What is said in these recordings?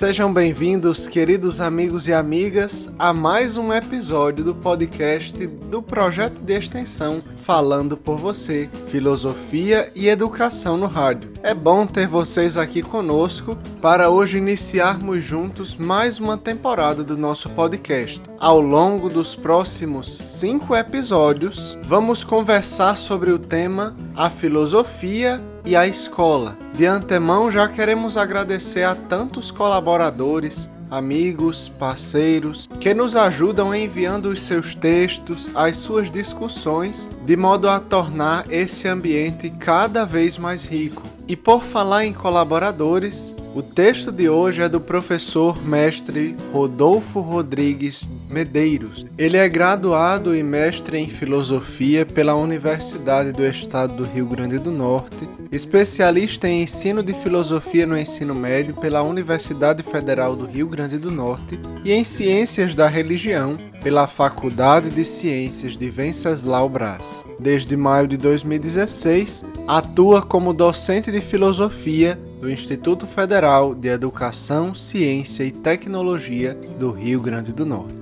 Sejam bem-vindos, queridos amigos e amigas, a mais um episódio do podcast do projeto de extensão Falando por Você, Filosofia e Educação no Rádio. É bom ter vocês aqui conosco para hoje iniciarmos juntos mais uma temporada do nosso podcast. Ao longo dos próximos 5 episódios, vamos conversar sobre o tema A Filosofia e a Escola. De antemão, já queremos agradecer a tantos colaboradores, amigos, parceiros, que nos ajudam enviando os seus textos, as suas discussões, de modo a tornar esse ambiente cada vez mais rico. E por falar em colaboradores, o texto de hoje é do professor mestre Rodolfo Rodrigues Medeiros. Ele é graduado e mestre em Filosofia pela Universidade do Estado do Rio Grande do Norte, especialista em ensino de Filosofia no ensino médio pela Universidade Federal do Rio Grande do Norte e em Ciências da Religião pela Faculdade de Ciências de Venceslau Braz. Desde maio de 2016, atua como docente de Filosofia do Instituto Federal de Educação, Ciência e Tecnologia do Rio Grande do Norte.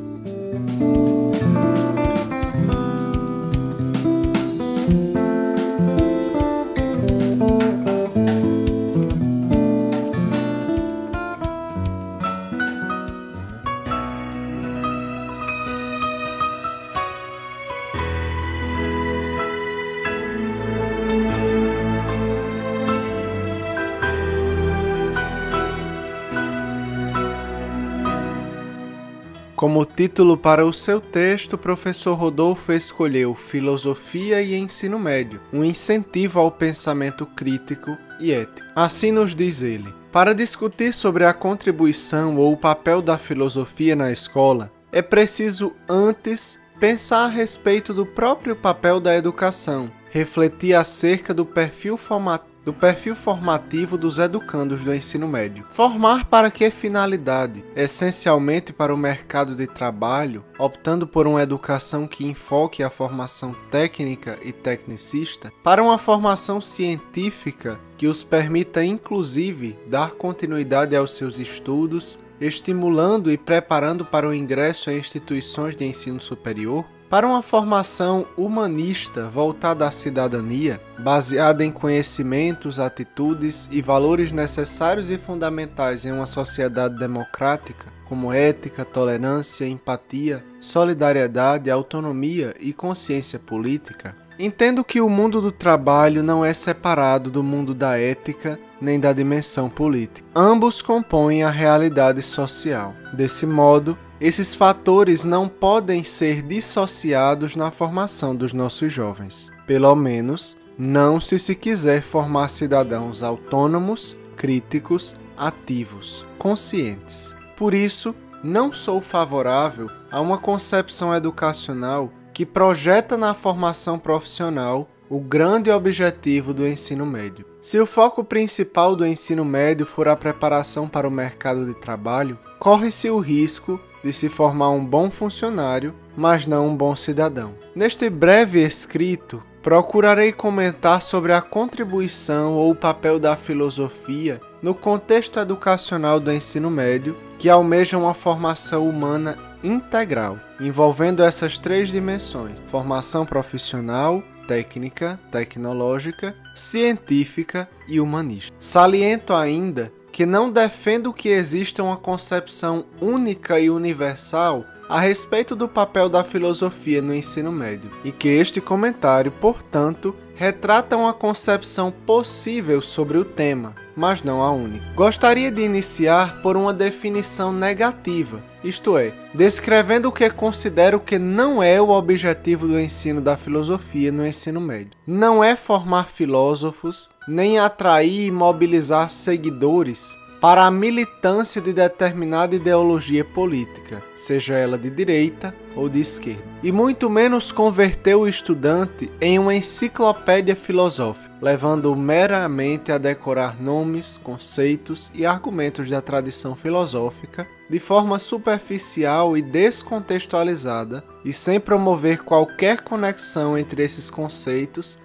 Como título para o seu texto, o professor Rodolfo escolheu Filosofia e Ensino Médio, um incentivo ao pensamento crítico e ético. Assim nos diz ele: para discutir sobre a contribuição ou o papel da filosofia na escola, é preciso antes pensar a respeito do próprio papel da educação, refletir acerca do perfil formativo dos educandos do ensino médio. Formar para que finalidade? Essencialmente para o mercado de trabalho, optando por uma educação que enfoque a formação técnica e tecnicista, para uma formação científica que os permita, inclusive, dar continuidade aos seus estudos, estimulando e preparando para o ingresso a instituições de ensino superior, para uma formação humanista voltada à cidadania, baseada em conhecimentos, atitudes e valores necessários e fundamentais em uma sociedade democrática, como ética, tolerância, empatia, solidariedade, autonomia e consciência política. Entendo que o mundo do trabalho não é separado do mundo da ética nem da dimensão política. Ambos compõem a realidade social. Desse modo, esses fatores não podem ser dissociados na formação dos nossos jovens. Pelo menos, não se quiser formar cidadãos autônomos, críticos, ativos, conscientes. Por isso, não sou favorável a uma concepção educacional que projeta na formação profissional o grande objetivo do ensino médio. Se o foco principal do ensino médio for a preparação para o mercado de trabalho, corre-se o risco de se formar um bom funcionário, mas não um bom cidadão. Neste breve escrito, procurarei comentar sobre a contribuição ou o papel da filosofia no contexto educacional do ensino médio, que almeja uma formação humana integral, envolvendo essas 3 dimensões: formação profissional, técnica, tecnológica, científica e humanista. Saliento ainda que não defendo que exista uma concepção única e universal a respeito do papel da filosofia no ensino médio, e que este comentário, portanto, retrata uma concepção possível sobre o tema, mas não a única. Gostaria de iniciar por uma definição negativa, isto é, descrevendo o que considero que não é o objetivo do ensino da filosofia no ensino médio. Não é formar filósofos, nem atrair e mobilizar seguidores para a militância de determinada ideologia política, seja ela de direita ou de esquerda, e muito menos converter o estudante em uma enciclopédia filosófica, levando-o meramente a decorar nomes, conceitos e argumentos da tradição filosófica de forma superficial e descontextualizada, e sem promover qualquer conexão entre esses conceitos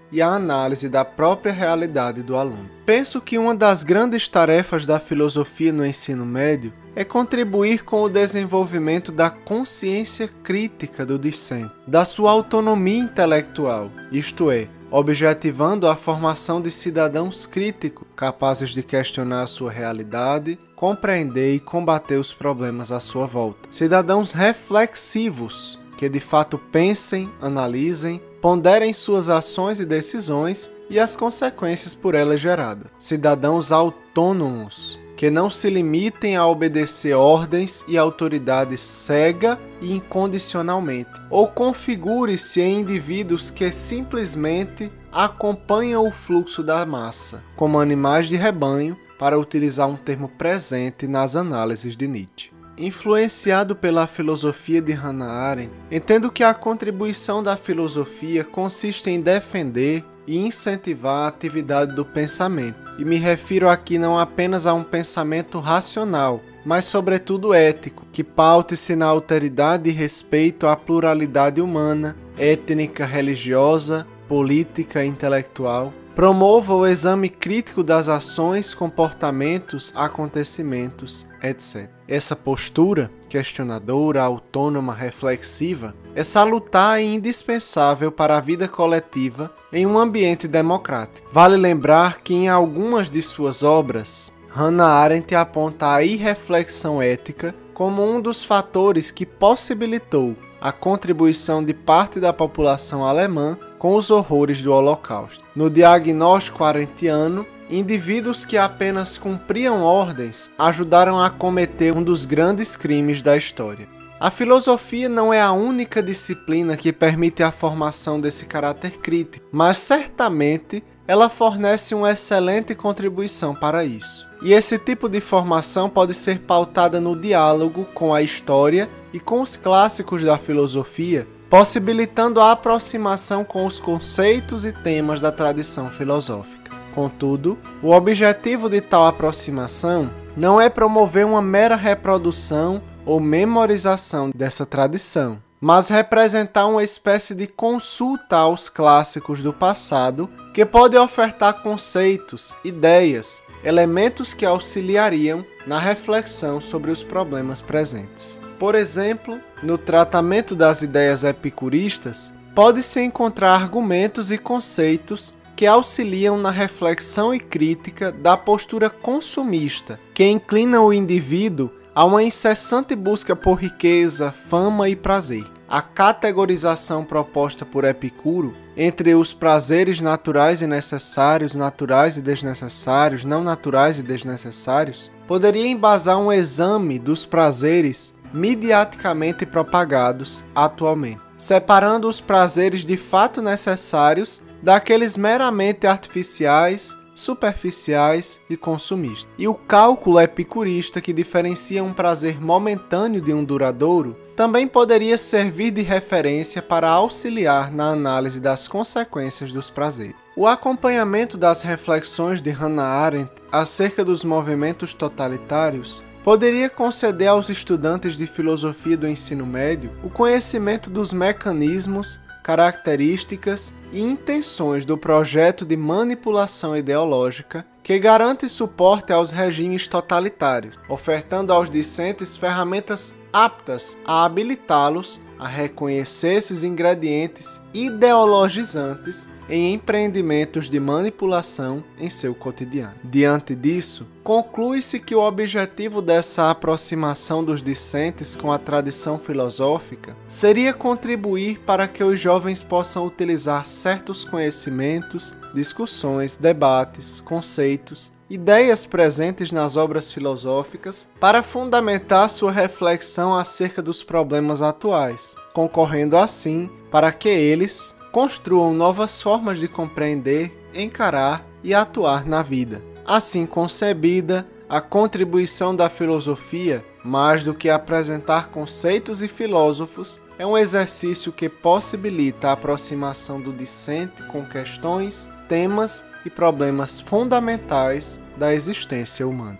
e a análise da própria realidade do aluno. Penso que uma das grandes tarefas da filosofia no ensino médio é contribuir com o desenvolvimento da consciência crítica do discente, da sua autonomia intelectual, isto é, objetivando a formação de cidadãos críticos, capazes de questionar a sua realidade, compreender e combater os problemas à sua volta. Cidadãos reflexivos, que de fato pensem, analisem, ponderem suas ações e decisões e as consequências por elas geradas. Cidadãos autônomos, que não se limitem a obedecer ordens e autoridades cega e incondicionalmente, ou configure-se em indivíduos que simplesmente acompanham o fluxo da massa, como animais de rebanho, para utilizar um termo presente nas análises de Nietzsche. Influenciado pela filosofia de Hannah Arendt, entendo que a contribuição da filosofia consiste em defender e incentivar a atividade do pensamento. E me refiro aqui não apenas a um pensamento racional, mas sobretudo ético, que paute-se na alteridade e respeito à pluralidade humana, étnica, religiosa, política e intelectual. Promova o exame crítico das ações, comportamentos, acontecimentos, etc. Essa postura, questionadora, autônoma, reflexiva, é salutar e indispensável para a vida coletiva em um ambiente democrático. Vale lembrar que em algumas de suas obras, Hannah Arendt aponta a irreflexão ética como um dos fatores que possibilitou a contribuição de parte da população alemã com os horrores do Holocausto. No diagnóstico arendtiano, indivíduos que apenas cumpriam ordens ajudaram a cometer um dos grandes crimes da história. A filosofia não é a única disciplina que permite a formação desse caráter crítico, mas certamente ela fornece uma excelente contribuição para isso. E esse tipo de formação pode ser pautada no diálogo com a história e com os clássicos da filosofia, possibilitando a aproximação com os conceitos e temas da tradição filosófica. Contudo, o objetivo de tal aproximação não é promover uma mera reprodução ou memorização dessa tradição, mas representar uma espécie de consulta aos clássicos do passado que pode ofertar conceitos, ideias, elementos que auxiliariam na reflexão sobre os problemas presentes. Por exemplo, no tratamento das ideias epicuristas, pode-se encontrar argumentos e conceitos que auxiliam na reflexão e crítica da postura consumista, que inclina o indivíduo a uma incessante busca por riqueza, fama e prazer. A categorização proposta por Epicuro entre os prazeres naturais e necessários, naturais e desnecessários, não naturais e desnecessários, poderia embasar um exame dos prazeres mediaticamente propagados atualmente, separando os prazeres de fato necessários daqueles meramente artificiais, superficiais e consumistas. E o cálculo epicurista, que diferencia um prazer momentâneo de um duradouro, também poderia servir de referência para auxiliar na análise das consequências dos prazeres. O acompanhamento das reflexões de Hannah Arendt acerca dos movimentos totalitários poderia conceder aos estudantes de filosofia do ensino médio o conhecimento dos mecanismos, características e intenções do projeto de manipulação ideológica que garante suporte aos regimes totalitários, ofertando aos discentes ferramentas aptas a habilitá-los a reconhecer esses ingredientes ideologizantes em empreendimentos de manipulação em seu cotidiano. Diante disso, conclui-se que o objetivo dessa aproximação dos discentes com a tradição filosófica seria contribuir para que os jovens possam utilizar certos conhecimentos, discussões, debates, conceitos, ideias presentes nas obras filosóficas para fundamentar sua reflexão acerca dos problemas atuais, concorrendo assim para que eles construam novas formas de compreender, encarar e atuar na vida. Assim concebida, a contribuição da filosofia, mais do que apresentar conceitos e filósofos, é um exercício que possibilita a aproximação do discente com questões, temas e problemas fundamentais da existência humana.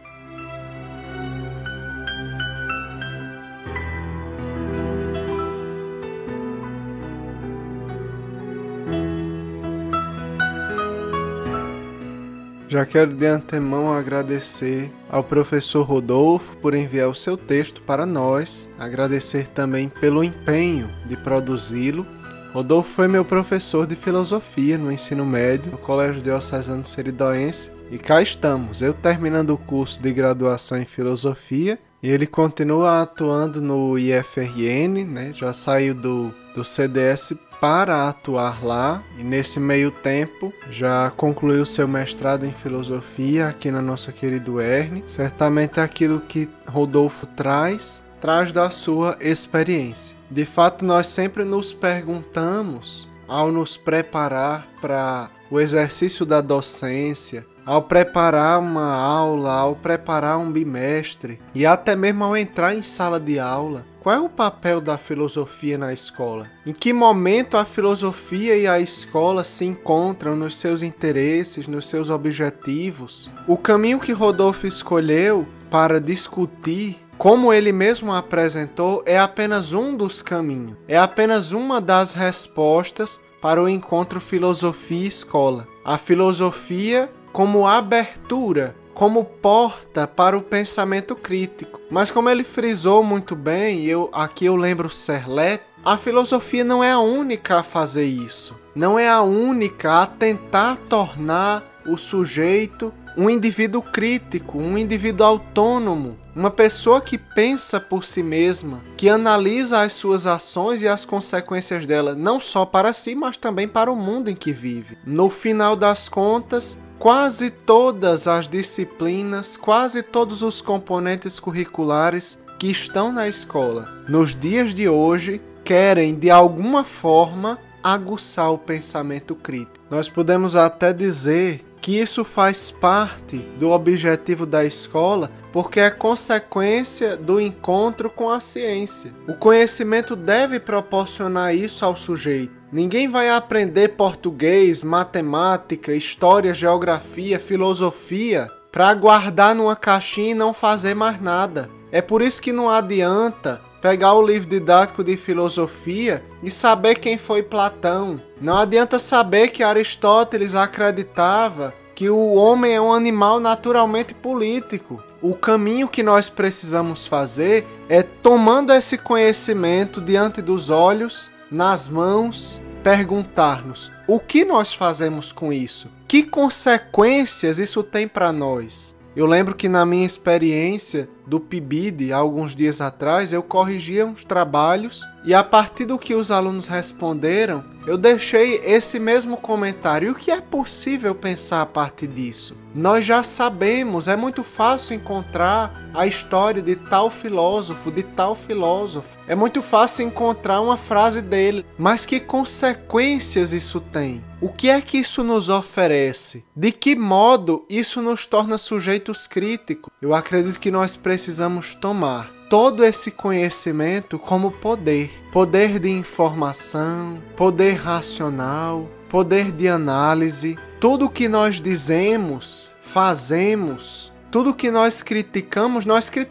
Já quero de antemão agradecer ao professor Rodolfo por enviar o seu texto para nós, agradecer também pelo empenho de produzi-lo. Rodolfo foi meu professor de filosofia no ensino médio, no Colégio Diocesano Seridoense, e cá estamos, eu terminando o curso de graduação em filosofia, e ele continua atuando no IFRN, né? Já saiu do CDS para atuar lá, e nesse meio tempo já concluiu seu mestrado em filosofia aqui na nossa querida UERN. Certamente aquilo que Rodolfo traz da sua experiência. De fato, nós sempre nos perguntamos, ao nos preparar para o exercício da docência, ao preparar uma aula, ao preparar um bimestre e até mesmo ao entrar em sala de aula, qual é o papel da filosofia na escola? Em que momento a filosofia e a escola se encontram nos seus interesses, nos seus objetivos? O caminho que Rodolfo escolheu para discutir, como ele mesmo apresentou, é apenas um dos caminhos, é apenas uma das respostas para o encontro filosofia e escola. A filosofia como abertura, como porta para o pensamento crítico. Mas como ele frisou muito bem, aqui eu lembro Serlet, a filosofia não é a única a fazer isso. Não é a única a tentar tornar o sujeito um indivíduo crítico, um indivíduo autônomo, uma pessoa que pensa por si mesma, que analisa as suas ações e as consequências dela, não só para si, mas também para o mundo em que vive. No final das contas, quase todas as disciplinas, quase todos os componentes curriculares que estão na escola, nos dias de hoje, querem, de alguma forma, aguçar o pensamento crítico. Nós podemos até dizer que isso faz parte do objetivo da escola, porque é consequência do encontro com a ciência. O conhecimento deve proporcionar isso ao sujeito. Ninguém vai aprender português, matemática, história, geografia, filosofia para guardar numa caixinha e não fazer mais nada. É por isso que não adianta pegar o livro didático de filosofia e saber quem foi Platão. Não adianta saber que Aristóteles acreditava que o homem é um animal naturalmente político. O caminho que nós precisamos fazer é, tomando esse conhecimento diante dos olhos, nas mãos, perguntar-nos o que nós fazemos com isso? Que consequências isso tem para nós? Eu lembro que na minha experiência do PIBID, alguns dias atrás, eu corrigia uns trabalhos e a partir do que os alunos responderam, eu deixei esse mesmo comentário. E o que é possível pensar a partir disso? Nós já sabemos, é muito fácil encontrar a história de tal filósofo, de tal filósofo. É muito fácil encontrar uma frase dele, mas que consequências isso tem? O que é que isso nos oferece? De que modo isso nos torna sujeitos críticos? Eu acredito que nós precisamos tomar todo esse conhecimento como poder. Poder de informação, poder racional, poder de análise. Tudo que nós dizemos, fazemos, tudo que nós criticamos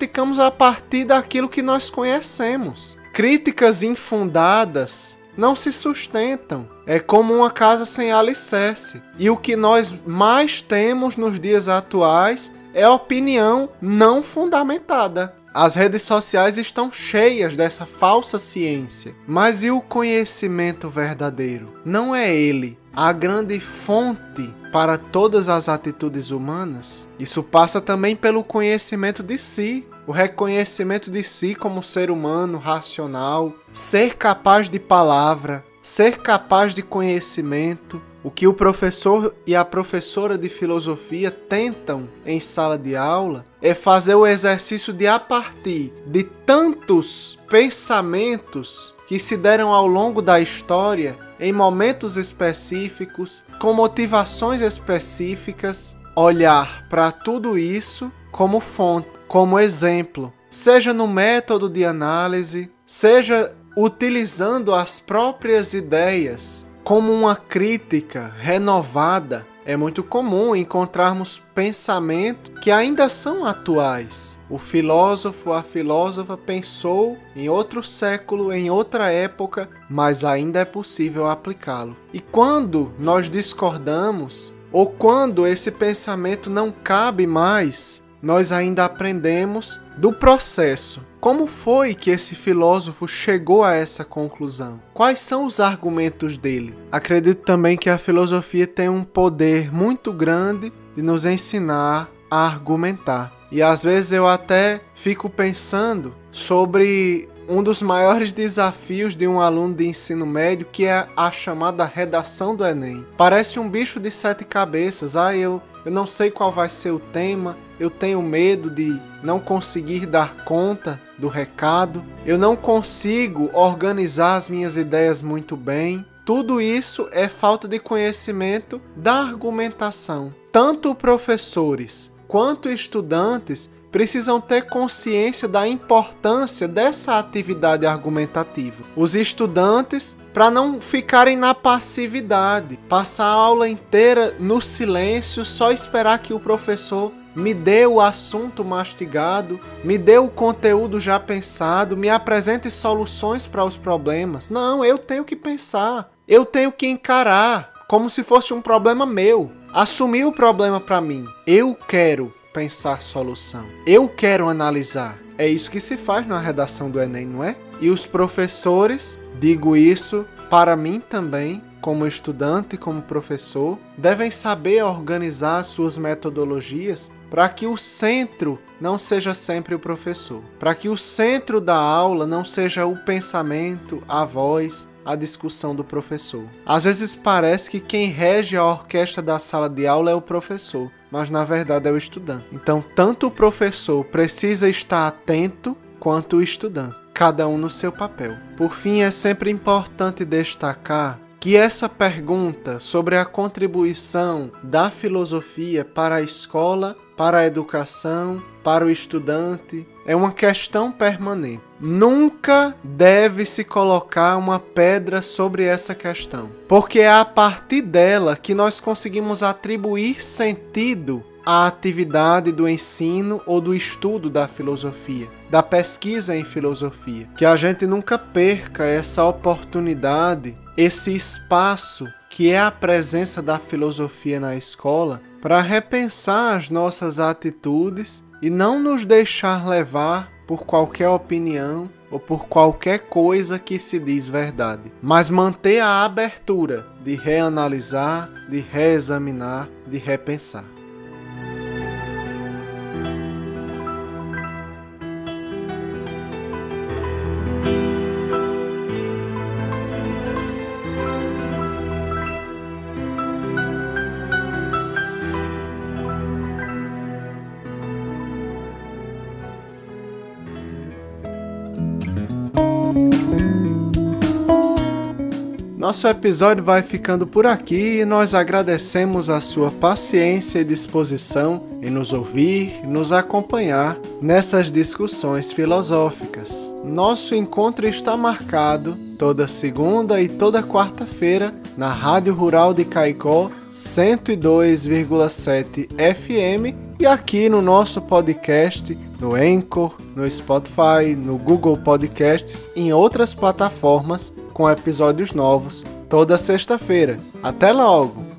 a partir daquilo que nós conhecemos. Críticas infundadas não se sustentam. É como uma casa sem alicerce. E o que nós mais temos nos dias atuais é opinião não fundamentada. As redes sociais estão cheias dessa falsa ciência. Mas e o conhecimento verdadeiro? Não é ele a grande fonte para todas as atitudes humanas? Isso passa também pelo conhecimento de si. O reconhecimento de si como ser humano racional, ser capaz de palavra, ser capaz de conhecimento. O que o professor e a professora de filosofia tentam em sala de aula é fazer o exercício de, a partir de tantos pensamentos que se deram ao longo da história, em momentos específicos, com motivações específicas, olhar para tudo isso como fonte, como exemplo, seja no método de análise, seja utilizando as próprias ideias como uma crítica renovada. É muito comum encontrarmos pensamentos que ainda são atuais. O filósofo, a filósofa pensou em outro século, em outra época, mas ainda é possível aplicá-lo. E quando nós discordamos, ou quando esse pensamento não cabe mais, nós ainda aprendemos do processo. Como foi que esse filósofo chegou a essa conclusão? Quais são os argumentos dele? Acredito também que a filosofia tem um poder muito grande de nos ensinar a argumentar. E às vezes eu até fico pensando sobre um dos maiores desafios de um aluno de ensino médio, que é a chamada redação do Enem. Parece um bicho de 7 cabeças. Eu não sei qual vai ser o tema, eu tenho medo de não conseguir dar conta do recado, eu não consigo organizar as minhas ideias muito bem. Tudo isso é falta de conhecimento da argumentação. Tanto professores quanto estudantes precisam ter consciência da importância dessa atividade argumentativa. Os estudantes, para não ficarem na passividade, passar a aula inteira no silêncio, só esperar que o professor me dê o assunto mastigado, me dê o conteúdo já pensado, me apresente soluções para os problemas. Não, eu tenho que pensar, eu tenho que encarar como se fosse um problema meu, assumir o problema para mim. Eu quero pensar solução, eu quero analisar. É isso que se faz na redação do Enem, não é? E os professores, digo isso para mim também, como estudante e como professor, devem saber organizar suas metodologias para que o centro não seja sempre o professor, para que o centro da aula não seja o pensamento, a voz, a discussão do professor. Às vezes parece que quem rege a orquestra da sala de aula é o professor, mas na verdade é o estudante. Então, tanto o professor precisa estar atento quanto o estudante, cada um no seu papel. Por fim, é sempre importante destacar que essa pergunta sobre a contribuição da filosofia para a escola, para a educação, para o estudante, é uma questão permanente. Nunca deve se colocar uma pedra sobre essa questão, porque é a partir dela que nós conseguimos atribuir sentido à atividade do ensino ou do estudo da filosofia, da pesquisa em filosofia. Que a gente nunca perca essa oportunidade, esse espaço que é a presença da filosofia na escola, para repensar as nossas atitudes e não nos deixar levar por qualquer opinião ou por qualquer coisa que se diz verdade, mas manter a abertura de reanalisar, de reexaminar, de repensar. Nosso episódio vai ficando por aqui e nós agradecemos a sua paciência e disposição em nos ouvir e nos acompanhar nessas discussões filosóficas. Nosso encontro está marcado toda segunda e toda quarta-feira na Rádio Rural de Caicó 102,7 FM e aqui no nosso podcast, no Anchor, no Spotify, no Google Podcasts e em outras plataformas com episódios novos toda sexta-feira. Até logo!